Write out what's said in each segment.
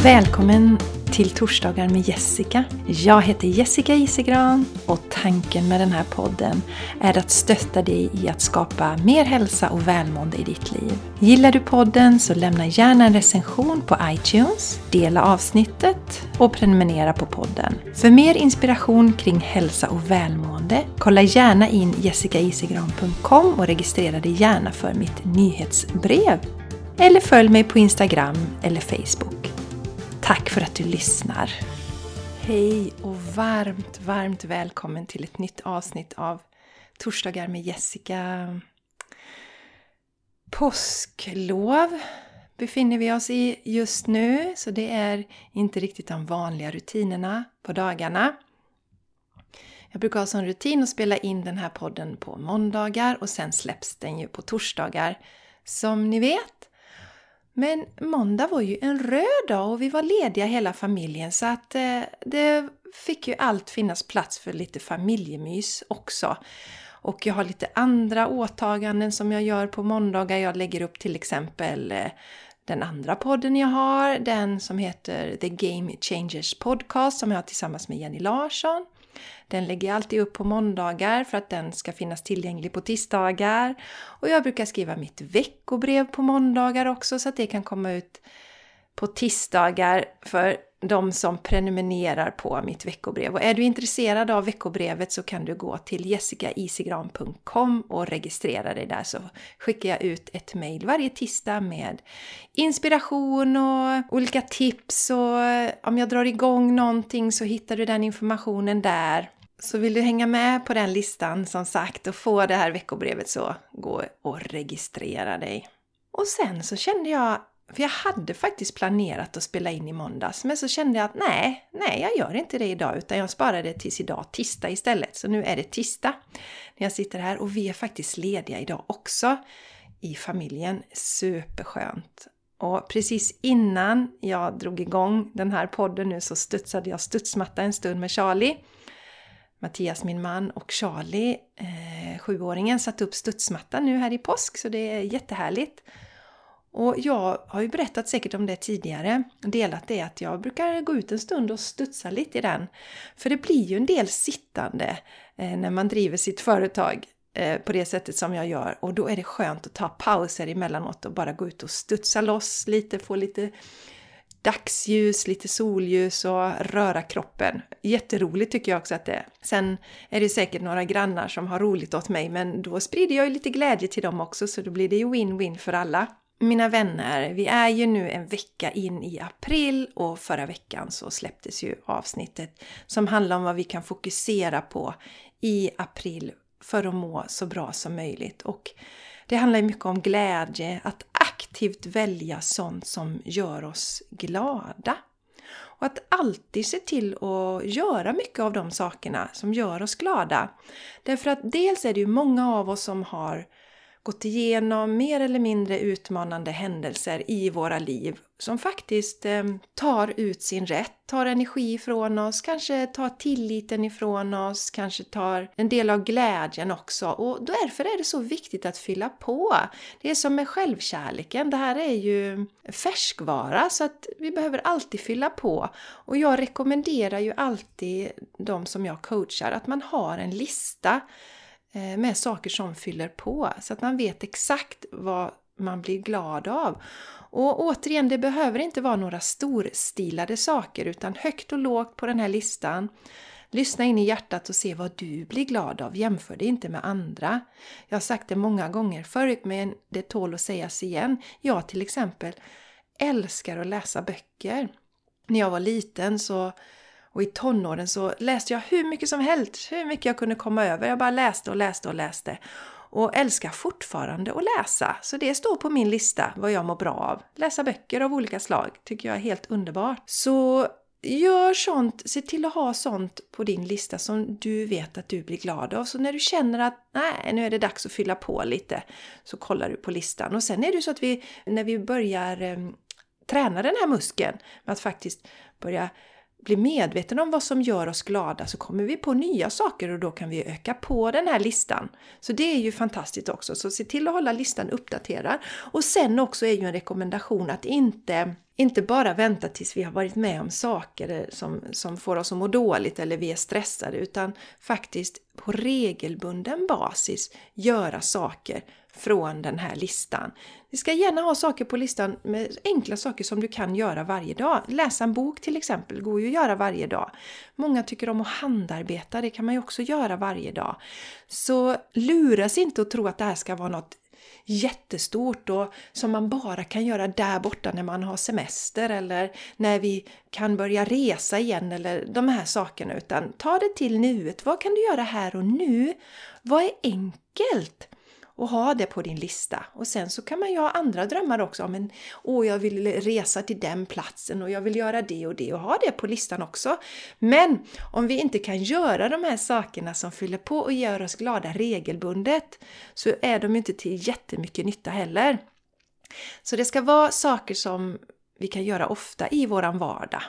Välkommen till Torsdagar med Jessica. Jag heter Jessica Isegran och tanken med den här podden är att stötta dig i att skapa mer hälsa och välmående i ditt liv. Gillar du podden så lämna gärna en recension på iTunes, dela avsnittet och prenumerera på podden. För mer inspiration kring hälsa och välmående, kolla gärna in jessicaisigran.com och registrera dig gärna för mitt nyhetsbrev. Eller följ mig på Instagram eller Facebook. Tack för att du lyssnar. Hej och varmt välkommen till ett nytt avsnitt av Torsdagar med Jessica. Påsklov befinner vi oss i just nu, så det är inte riktigt de vanliga rutinerna på dagarna. Jag brukar ha som rutin att spela in den här podden på måndagar och sen släpps den ju på torsdagar, som ni vet. Men måndag var ju en röd dag och vi var lediga hela familjen, så att det fick ju allt finnas plats för lite familjemys också. Och jag har lite andra åtaganden som jag gör på måndagar. Jag lägger upp till exempel den andra podden jag har, den som heter The Game Changers Podcast som jag har tillsammans med Jenny Larsson. Den lägger jag alltid upp på måndagar för att den ska finnas tillgänglig på tisdagar. Och jag brukar skriva mitt veckobrev på måndagar också, så att det kan komma ut på tisdagar för de som prenumererar på mitt veckobrev. Och är du intresserad av veckobrevet så kan du gå till jessicaisigran.com och registrera dig där, så skickar jag ut ett mejl varje tisdag med inspiration och olika tips. Och om jag drar igång någonting så hittar du den informationen där. Så vill du hänga med på den listan som sagt och få det här veckobrevet, så gå och registrera dig. Och sen så kände jag, för jag hade faktiskt planerat att spela in i måndags, men så kände jag att nej, jag gör inte det idag, utan jag sparar det tills idag, tisdag istället. Så nu är det tisdag när jag sitter här, och vi är faktiskt lediga idag också i familjen. Superskönt. Och precis innan jag drog igång den här podden nu så studsade jag studsmatta en stund med Charlie. Mattias, min man, och Charlie, 7-åringen, satt upp studsmattan nu här i påsk, så det är jättehärligt. Och jag har ju berättat säkert om det tidigare, delat det att jag brukar gå ut en stund och studsa lite i den. För det blir ju en del sittande när man driver sitt företag på det sättet som jag gör. Och då är det skönt att ta pauser emellanåt och bara gå ut och studsa loss lite, få lite dagsljus, lite solljus och röra kroppen. Jätteroligt tycker jag också att det är. Sen är det säkert några grannar som har roligt åt mig, men då sprider jag ju lite glädje till dem också, så då blir det ju win-win för alla. Mina vänner, vi är ju nu en vecka in i april, och förra veckan så släpptes ju avsnittet som handlar om vad vi kan fokusera på i april för att må så bra som möjligt. Och det handlar ju mycket om glädje, att aktivt välja sånt som gör oss glada. Och att alltid se till att göra mycket av de sakerna som gör oss glada. Därför att dels är det ju många av oss som har gått igenom mer eller mindre utmanande händelser i våra liv som faktiskt tar ut sin rätt, tar energi ifrån oss, kanske tar tilliten ifrån oss, kanske tar en del av glädjen också. Och därför är det så viktigt att fylla på. Det är som med självkärleken, det här är ju färskvara, så att vi behöver alltid fylla på. Och jag rekommenderar ju alltid de som jag coachar att man har en lista med saker som fyller på, så att man vet exakt vad man blir glad av. Och återigen, det behöver inte vara några storstilade saker, utan högt och lågt på den här listan. Lyssna in i hjärtat och se vad du blir glad av. Jämför det inte med andra. Jag har sagt det många gånger förut, men det tål att sägas igen. Jag till exempel älskar att läsa böcker. När jag var liten och i tonåren så läste jag hur mycket som helst, hur mycket jag kunde komma över. Jag bara läste. Och älskar fortfarande att läsa. Så det står på min lista vad jag mår bra av. Läsa böcker av olika slag tycker jag är helt underbart. Så gör sånt, se till att ha sånt på din lista som du vet att du blir glad av. Så när du känner att nu är det dags att fylla på lite, så kollar du på listan. Och sen är det så att när vi börjar träna den här muskeln med att faktiskt börja blir medvetna om vad som gör oss glada så kommer vi på nya saker och då kan vi öka på den här listan. Så det är ju fantastiskt också. Så se till att hålla listan uppdaterad. Och sen också är ju en rekommendation att inte bara vänta tills vi har varit med om saker som får oss att må dåligt eller vi är stressade, utan faktiskt på regelbunden basis göra saker från den här listan. Vi ska gärna ha saker på listan med enkla saker som du kan göra varje dag. Läsa en bok till exempel går ju att göra varje dag. Många tycker om att handarbeta, det kan man ju också göra varje dag. Så luras inte att tro att det här ska vara något jättestort och som man bara kan göra där borta när man har semester eller när vi kan börja resa igen eller de här sakerna, utan ta det till nuet. Vad kan du göra här och nu? Vad är enkelt? Och ha det på din lista. Och sen så kan man ju ha andra drömmar också. Men jag vill resa till den platsen och jag vill göra det och det. Och ha det på listan också. Men om vi inte kan göra de här sakerna som fyller på och gör oss glada regelbundet, så är de inte till jättemycket nytta heller. Så det ska vara saker som vi kan göra ofta i våran vardag.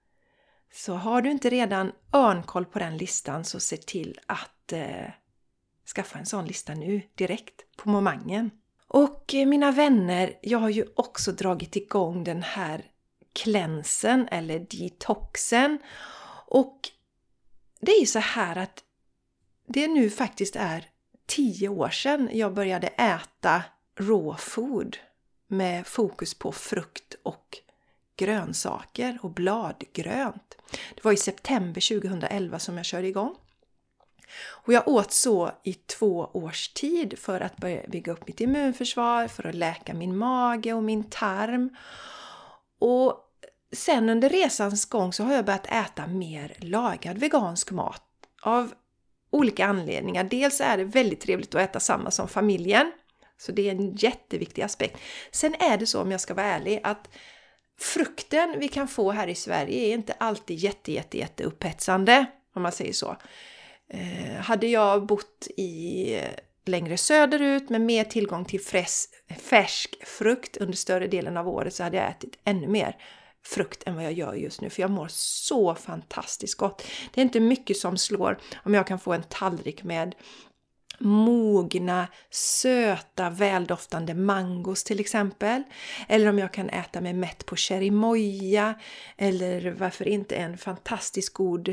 Så har du inte redan örnkoll på den listan, så se till att skaffa en sån lista nu direkt på momangen. Och mina vänner, jag har ju också dragit igång den här klänsen eller detoxen. Och det är ju så här att det nu faktiskt är 10 år sedan jag började äta raw food med fokus på frukt och grönsaker och bladgrönt. Det var i september 2011 som jag körde igång. Och jag åt så i 2 års tid för att börja bygga upp mitt immunförsvar, för att läka min mage och min tarm. Och sen under resans gång så har jag börjat äta mer lagad vegansk mat av olika anledningar. Dels är det väldigt trevligt att äta samma som familjen, så det är en jätteviktig aspekt. Sen är det så, om jag ska vara ärlig, att frukten vi kan få här i Sverige är inte alltid jätte upphetsande, om man säger så. Hade jag bott längre söderut med mer tillgång till färsk frukt under större delen av året, så hade jag ätit ännu mer frukt än vad jag gör just nu. För jag mår så fantastiskt gott. Det är inte mycket som slår om jag kan få en tallrik med mogna, söta, väldoftande mangos till exempel. Eller om jag kan äta mig mätt på cherimoya. Eller varför inte en fantastiskt god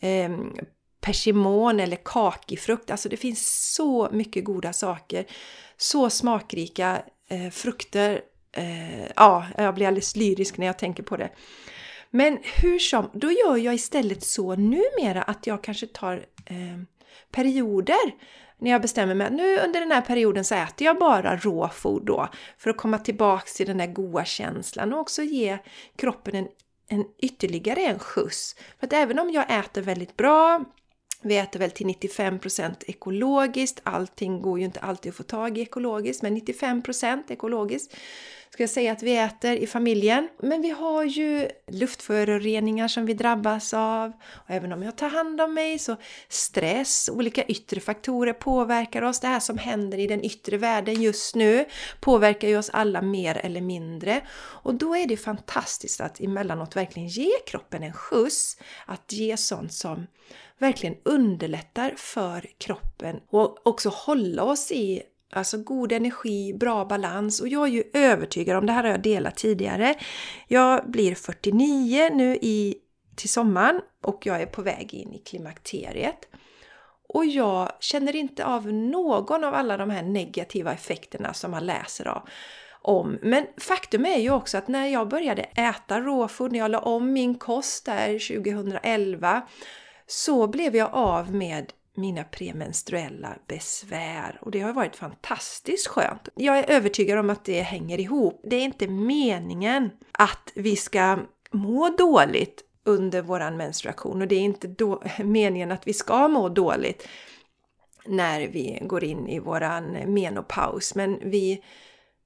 persimon eller kakifrukt. Alltså det finns så mycket goda saker. Så smakrika frukter. Jag blir alldeles lyrisk när jag tänker på det. Men hur som, då gör jag istället så numera att jag kanske tar perioder. När jag bestämmer mig att nu under den här perioden så äter jag bara raw food då. För att komma tillbaka till den där goda känslan och också ge kroppen ytterligare en skjuts. För att även om jag äter väldigt bra, vi äter väl till 95% ekologiskt. Allting går ju inte alltid att få tag i ekologiskt, men 95% ekologiskt ska jag säga att vi äter i familjen. Men vi har ju luftföroreningar som vi drabbas av. Och även om jag tar hand om mig så stress, olika yttre faktorer påverkar oss. Det här som händer i den yttre världen just nu påverkar ju oss alla mer eller mindre. Och då är det fantastiskt att emellanåt verkligen ge kroppen en skjuts. Att ge sånt som verkligen underlättar för kroppen och också hålla oss i god energi, bra balans. Och jag är ju övertygad om, det här har jag delat tidigare. Jag blir 49 nu till sommaren och jag är på väg in i klimakteriet. Och jag känner inte av någon av alla de här negativa effekterna som man läser om. Men faktum är ju också att när jag började äta råfood, när jag la om min kost där 2011, så blev jag av med mina premenstruella besvär. Och det har varit fantastiskt skönt. Jag är övertygad om att det hänger ihop. Det är inte meningen att vi ska må dåligt under våran menstruation. Och det är inte meningen att vi ska må dåligt när vi går in i våran menopaus. Men vi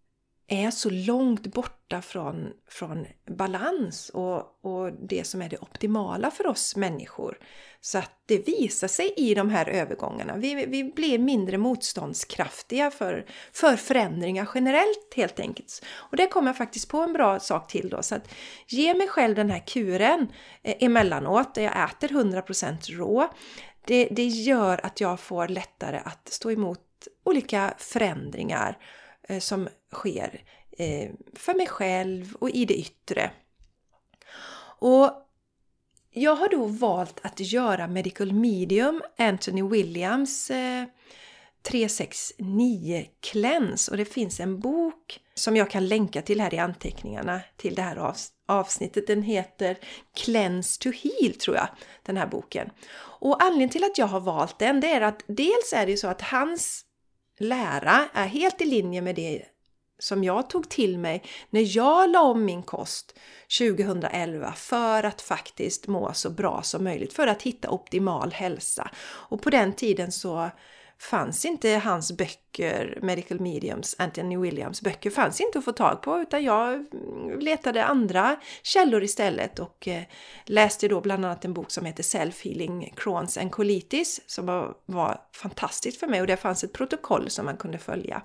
är så långt borta från balans och det som är det optimala för oss människor. Så att det visar sig i de här övergångarna. Vi blir mindre motståndskraftiga för förändringar generellt helt enkelt. Och det kommer jag faktiskt på en bra sak till då. Så att ge mig själv den här kuren emellanåt där jag äter 100% rå. Det gör att jag får lättare att stå emot olika förändringar som sker för mig själv och i det yttre. Och jag har då valt att göra Medical Medium Anthony Williams 369 Cleanse. Och det finns en bok som jag kan länka till här i anteckningarna till det här avsnittet. Den heter Cleanse to Heal, tror jag, den här boken. Och anledningen till att jag har valt den, det är att dels är det så att hans lära är helt i linje med det som jag tog till mig när jag la om min kost 2011 för att faktiskt må så bra som möjligt, för att hitta optimal hälsa. Och på den tiden så fanns inte hans böcker, Medical Mediums, Anthony Williams böcker fanns inte att få tag på, utan jag letade andra källor istället och läste då bland annat en bok som heter Self-Healing Crohn's and Colitis som var fantastiskt för mig, och det fanns ett protokoll som man kunde följa.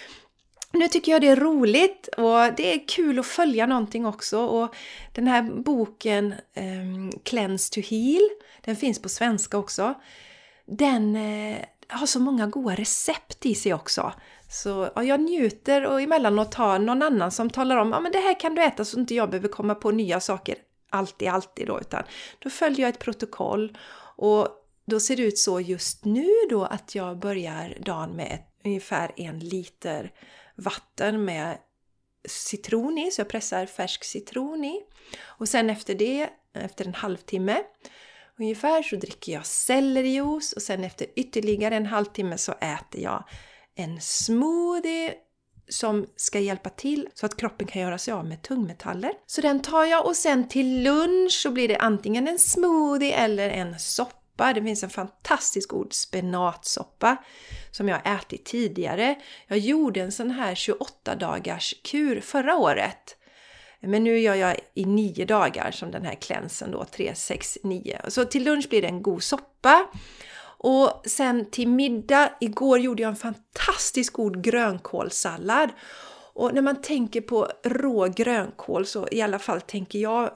Nu tycker jag det är roligt och det är kul att följa någonting också, och den här boken Cleanse to Heal, den finns på svenska också. Den har så många goda recept i sig också. Så ja, jag njuter och emellanåt har någon annan som talar om men det här kan du äta så inte jag behöver komma på nya saker alltid då, utan då följer jag ett protokoll, och då ser det ut så just nu då att jag börjar dagen med ungefär 1 liter vatten med citron i, så jag pressar färsk citron i, och sen efter en halvtimme ungefär så dricker jag sellerijuice, och sen efter ytterligare en halvtimme så äter jag en smoothie som ska hjälpa till så att kroppen kan göra sig av med tungmetaller. Så den tar jag, och sen till lunch så blir det antingen en smoothie eller en soppa. Det finns en fantastiskt god spenatsoppa som jag har ätit tidigare. Jag gjorde en sån här 28 dagars kur förra året. Men nu gör jag i 9 dagar som den här cleansen då, 369. Så till lunch blir det en god soppa. Och sen till middag, igår gjorde jag en fantastiskt god grönkålssallad. Och när man tänker på rå grönkål så i alla fall tänker jag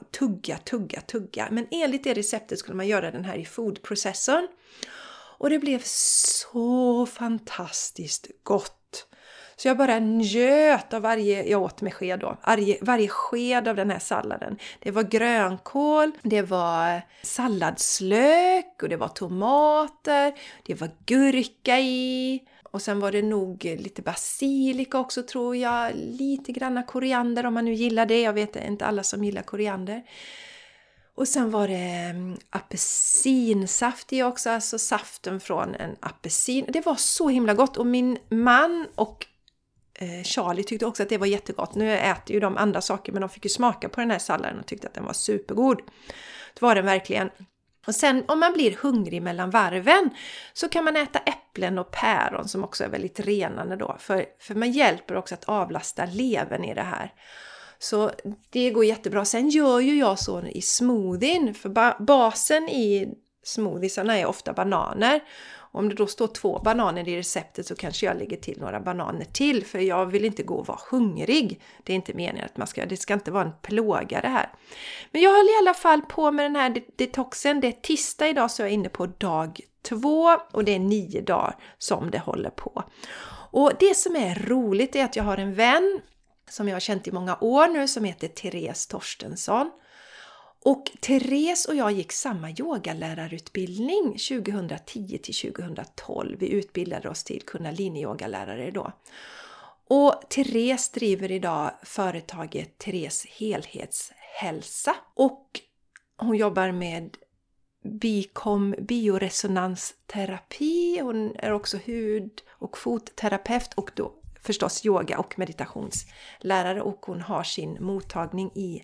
tugga. Men enligt det receptet skulle man göra den här i foodprocessorn. Och det blev så fantastiskt gott. Så jag bara njöt av jag åt med sked då. Varje sked av den här salladen. Det var grönkål, det var salladslök och det var tomater, det var gurka i. Och sen var det nog lite basilika också, tror jag. Lite granna koriander om man nu gillar det. Jag vet inte alla som gillar koriander. Och sen var det apelsinsaft i också. Alltså saften från en apelsin. Det var så himla gott. Och min man och Charlie tyckte också att det var jättegott. Nu äter ju de andra saker, men de fick ju smaka på den här salladen och tyckte att den var supergod. Det var den verkligen. Och sen om man blir hungrig mellan varven så kan man äta äpplen och päron som också är väldigt renande då. För man hjälper också att avlasta levern i det här. Så det går jättebra. Sen gör ju jag så i smoothien. För basen i smoothiesarna är ofta bananer. Om det då står 2 bananer i receptet så kanske jag lägger till några bananer till. För jag vill inte gå och vara hungrig. Det är inte meningen att det ska inte vara en plåga det här. Men jag håller i alla fall på med den här detoxen. Det är tisdag idag så jag är inne på dag 2. Och det är 9 dagar som det håller på. Och det som är roligt är att jag har en vän som jag har känt i många år nu som heter Therese Torstensson. Och Therese och jag gick samma yogalärarutbildning 2010 till 2012. Vi utbildade oss till kundalini-yogalärare då. Och Therese driver idag företaget Therese Helhetshälsa. Och hon jobbar med BICOM, bioresonansterapi. Hon är också hud- och fotterapeut och då förstås yoga- och meditationslärare. Och hon har sin mottagning i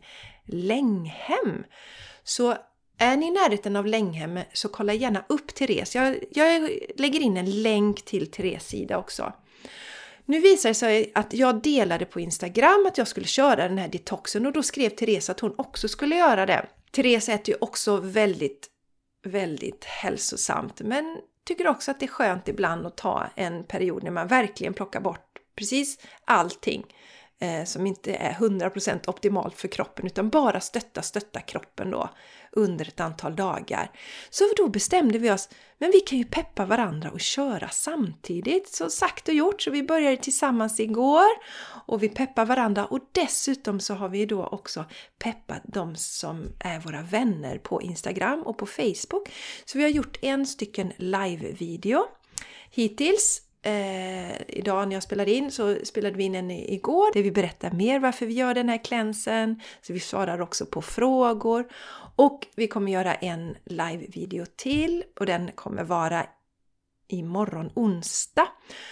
Länghem. Så är ni i närheten av Länghem så kolla gärna upp Therese. Jag lägger in en länk till Therese sida också. Nu visar det sig att jag delade på Instagram att jag skulle köra den här detoxen och då skrev Therese att hon också skulle göra det. Therese äter ju också väldigt, väldigt hälsosamt, men tycker också att det är skönt ibland att ta en period när man verkligen plockar bort precis allting som inte är 100% optimalt för kroppen, utan bara stötta kroppen då under ett antal dagar. Så då bestämde vi oss, men vi kan ju peppa varandra och köra samtidigt. Så sagt och gjort, så vi började tillsammans igår och vi peppar varandra, och dessutom så har vi då också peppat de som är våra vänner på Instagram och på Facebook. Så vi har gjort en stycken live-video hittills. Idag när jag spelar in så spelade vi in en igår där vi berättar mer varför vi gör den här klänsen, så vi svarar också på frågor, och vi kommer göra en live-video till och den kommer vara imorgon onsdag.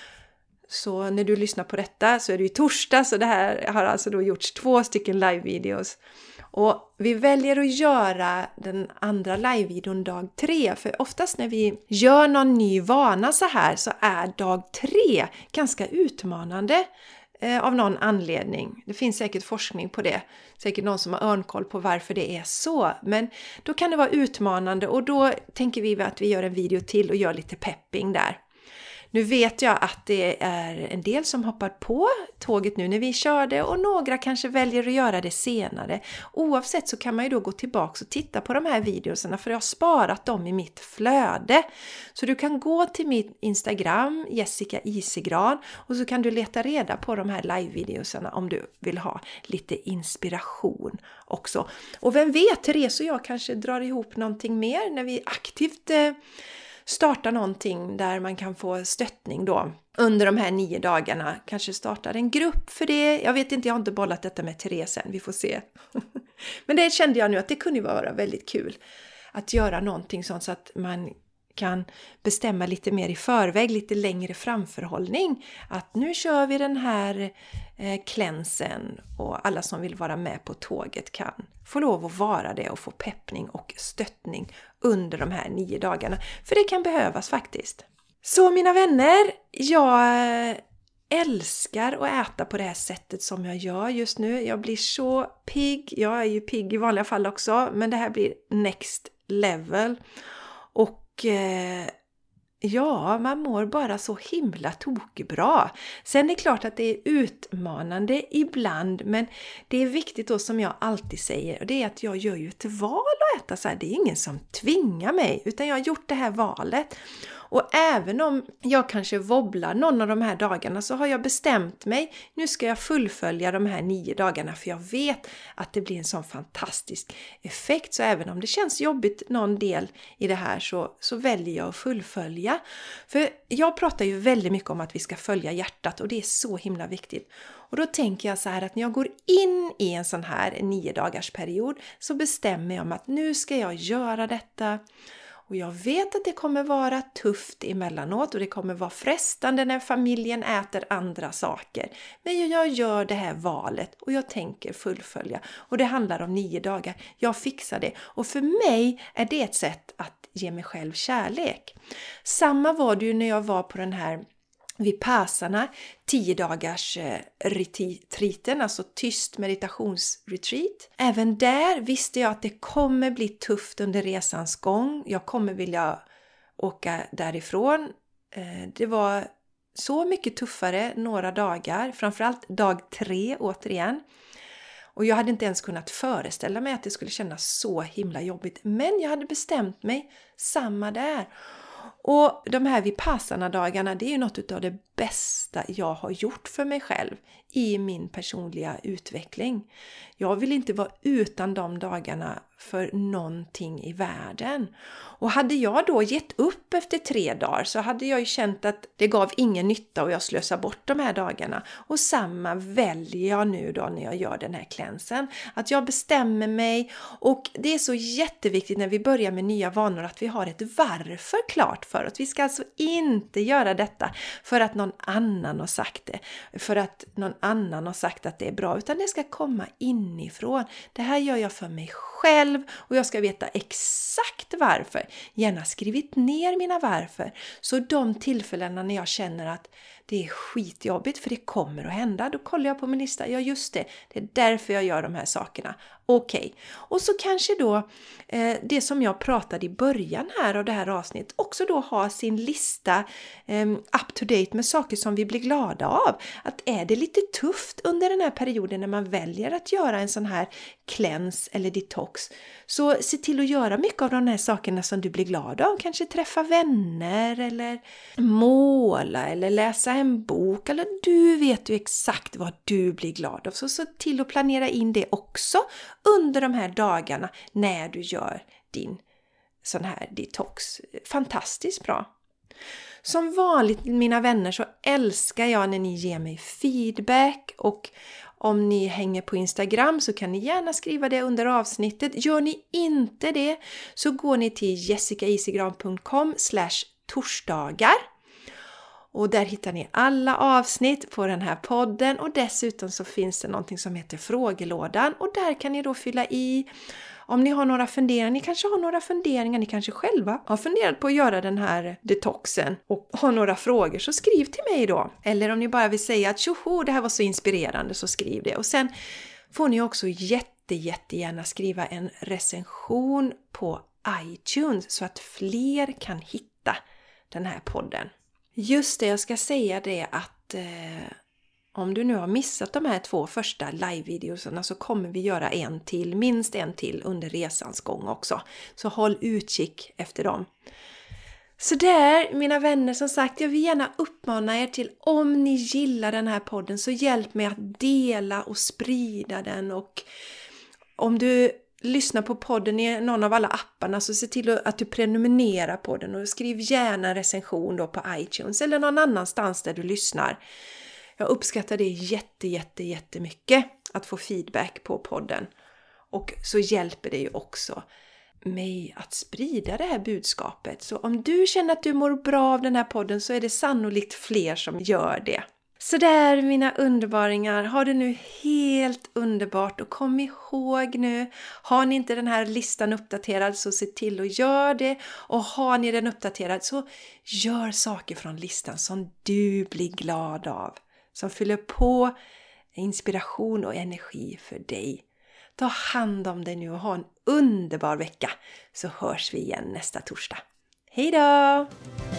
Så när du lyssnar på detta så är det ju torsdag, så det här har alltså då gjorts 2 stycken live-videos. Och vi väljer att göra den andra live-videon dag 3. För oftast när vi gör någon ny vana så här så är dag 3 ganska utmanande av någon anledning. Det finns säkert forskning på det. Säkert någon som har örnkoll på varför det är så. Men då kan det vara utmanande, och då tänker vi att vi gör en video till och gör lite pepping där. Nu vet jag att det är en del som hoppar på tåget nu när vi körde, och några kanske väljer att göra det senare. Oavsett så kan man ju då gå tillbaka och titta på de här videorna, för jag har sparat dem i mitt flöde. Så du kan gå till min Instagram, Jessica Isegran, och så kan du leta reda på de här live-videorna om du vill ha lite inspiration också. Och vem vet, Therese och jag kanske drar ihop någonting mer när vi aktivt starta någonting där man kan få stöttning då under de här 9 dagarna. Kanske startar en grupp för det. Jag vet inte, jag har inte bollat detta med Therese än. Vi får se. Men det kände jag nu att det kunde vara väldigt kul att göra någonting sånt, så att man kan bestämma lite mer i förväg, lite längre framförhållning. Att nu kör vi den här klänsen, och alla som vill vara med på tåget kan få lov att vara det och få peppning och stöttning under de här 9 dagarna. För det kan behövas faktiskt. Så mina vänner, jag älskar att äta på det här sättet som jag gör just nu. Jag blir så pigg. Jag är ju pigg i vanliga fall också, men det här blir next level. Och ja, man mår bara så himla tokbra. Sen är det klart att det är utmanande ibland, men det är viktigt då, som jag alltid säger, och det är att jag gör ju ett val att äta så här. Det är ingen som tvingar mig, utan jag har gjort det här valet. Och även om jag kanske wobblar någon av de här dagarna, så har jag bestämt mig, nu ska jag fullfölja de här 9 dagarna, för jag vet att det blir en sån fantastisk effekt. Så även om det känns jobbigt någon del i det här, så väljer jag att fullfölja. För jag pratar ju väldigt mycket om att vi ska följa hjärtat, och det är så himla viktigt. Och då tänker jag så här, att när jag går in i en sån här 9 dagars period, så bestämmer jag om att nu ska jag göra detta. Och jag vet att det kommer vara tufft emellanåt, och det kommer vara frestande när familjen äter andra saker. Men jag gör det här valet och jag tänker fullfölja. Och det handlar om 9 dagar. Jag fixar det. Och för mig är det ett sätt att ge mig själv kärlek. Samma var det ju när jag var på den här Vipassana 10 dagars retreaten, alltså tyst meditationsretreat. Även där visste jag att det kommer bli tufft under resans gång. Jag kommer vilja åka därifrån. Det var så mycket tuffare några dagar, framförallt dag 3 återigen. Och jag hade inte ens kunnat föreställa mig att det skulle kännas så himla jobbigt. Men jag hade bestämt mig, samma där. Och de här Vipassana-dagarna, det är ju något av det bästa jag har gjort för mig själv i min personliga utveckling. Jag vill inte vara utan de dagarna för någonting i världen. Och hade jag då gett upp efter 3 dagar, så hade jag ju känt att det gav ingen nytta och jag slösar bort de här dagarna. Och samma väljer jag nu då när jag gör den här klänsen. Att jag bestämmer mig, och det är så jätteviktigt när vi börjar med nya vanor att vi har ett varför klart för oss. Vi ska alltså inte göra detta för att någon annan har sagt det, för att någon annan har sagt att det är bra, utan det ska komma inifrån. Det här gör jag för mig själv, och jag ska veta exakt varför. Gärna skrivit ner mina varför. Så de tillfällena när jag känner att det är skitjobbigt för det kommer att hända. Då kollar jag på min lista, ja just det är därför jag gör de här sakerna. Okej. Och så kanske då det som jag pratade i början här av det här avsnittet också då ha sin lista up to date med saker som vi blir glada av. Att är det lite tufft under den här perioden när man väljer att göra en sån här cleanse eller detox, så se till att göra mycket av de här sakerna som du blir glad av. Kanske träffa vänner eller måla eller läsa en bok, eller du vet ju exakt vad du blir glad av. Så se till att planera in det också under de här dagarna när du gör din sån här detox. Fantastiskt bra! Som vanligt mina vänner så älskar jag när ni ger mig feedback, och om ni hänger på Instagram så kan ni gärna skriva det under avsnittet. Gör ni inte det så går ni till jessicaisigran.com/torsdagar. Och där hittar ni alla avsnitt på den här podden, och dessutom så finns det någonting som heter frågelådan, och där kan ni då fylla i om ni har några funderingar. Ni kanske har några funderingar, ni kanske själva har funderat på att göra den här detoxen och har några frågor, så skriv till mig då. Eller om ni bara vill säga att tjoho, det här var så inspirerande, så skriv det. Och sen får ni också jättegärna skriva en recension på iTunes så att fler kan hitta den här podden. Just det, jag ska säga det att om du nu har missat de här 2 första live-videorna så kommer vi göra minst en till under resans gång också. Så håll utkik efter dem. Så där, mina vänner, som sagt, jag vill gärna uppmana er till, om ni gillar den här podden så hjälp mig att dela och sprida den. Och om du lyssna på podden i någon av alla apparna, så se till att du prenumererar på den, och skriv gärna en recension då på iTunes eller någon annanstans där du lyssnar. Jag uppskattar det jättemycket att få feedback på podden, och så hjälper det ju också mig att sprida det här budskapet. Så om du känner att du mår bra av den här podden så är det sannolikt fler som gör det. Så där, mina underbaringar, ha det nu helt underbart, och kom ihåg nu, har ni inte den här listan uppdaterad så se till att göra det, och har ni den uppdaterad så gör saker från listan som du blir glad av, som fyller på inspiration och energi för dig. Ta hand om dig nu och ha en underbar vecka, så hörs vi igen nästa torsdag. Hej då!